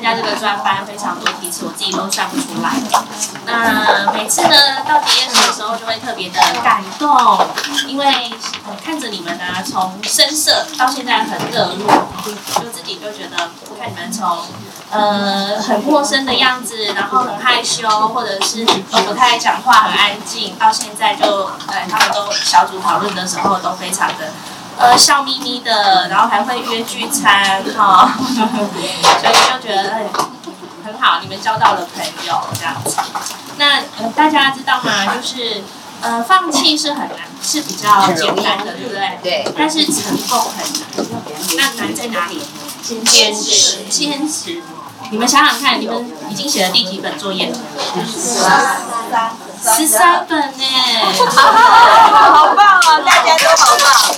加这个专班非常多题词，我自己都算不出来。那每次呢到结业式的时候就会特别的感动，因为看着你们呢从生涩到现在很热络，就自己就觉得看你们从很陌生的样子，然后很害羞，或者是都不太讲话，很安静，到现在就他们都小组讨论的时候都非常的笑眯眯的，然后还会约聚餐哈，所以就觉得很好，你们交到了朋友这样子。那大家知道吗？就是放弃是很难，是比较简单的，对不对？ 对。 但是成功很难，那难在哪里？坚持，坚持。你们想想看，你们已经写了第几本作业了？13本呢！ 好棒哦，大家都好棒。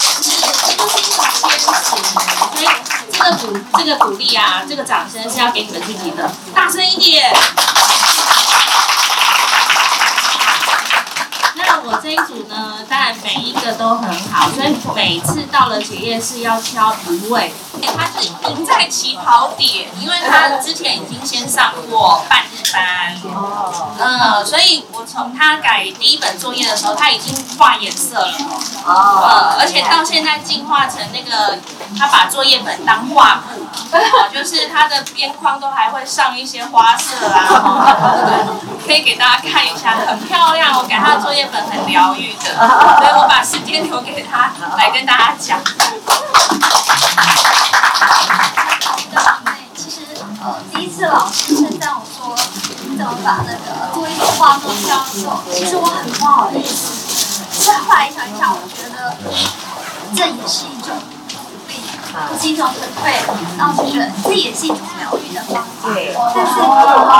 所以这个鼓励啊，这个掌声是要给你们自己的，大声一点。那我这一组呢，当然每一个都很好，所以每次到了结业式要挑一位。他是赢在起跑点，因为他之前已经先上过半日班，所以我从他改第一本作业的时候，他已经画颜色了，而且到现在进化成那个，他把作业本当画布，就是他的边框都还会上一些花色啊，可以给大家看一下，很漂亮。我改他的作业本很疗愈的，所以我把时间留给他来跟大家讲。 其实第一次老师称赞我说你怎么把那个作业本画作教的时候，其实我很不好意思。所以后来想一想，我觉得这也是一种鼓励，不是一种回馈，然后我觉得这也是一种疗愈的方法。对，但是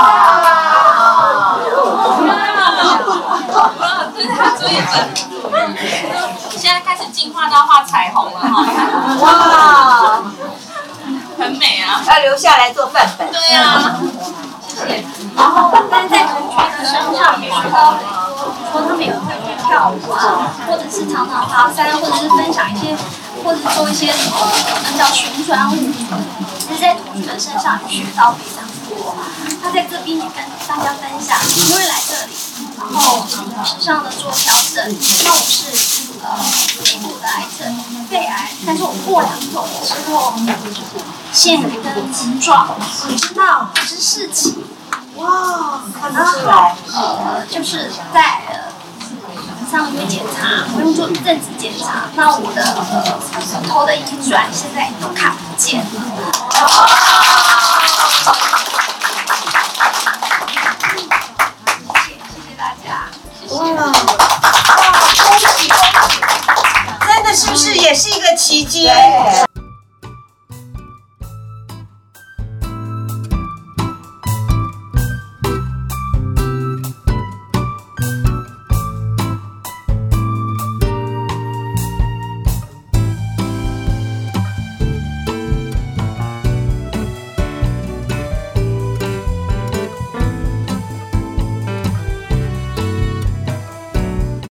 这是他作业本，现在开始进化到画彩虹了哈！哇，很美啊！ 要留下来做范本。 对啊，谢谢。 然后，但是在同学的身上也学到很多，比如说他们也会去跳舞啊，或者是常常爬山，或者是分享一些，或者做一些那叫旋转舞。其实，在同学的身上也学到非常多。他在这边也跟大家分享，因为来这里，然后饮食上的做调整。那我是肺部的癌症，肺癌，但是我过2种之后，腺跟棘状，我知道这是事情。 哇，看得出来。 就是在上个月检查，我用做正子检查，那我的头的移转现在都看不见了。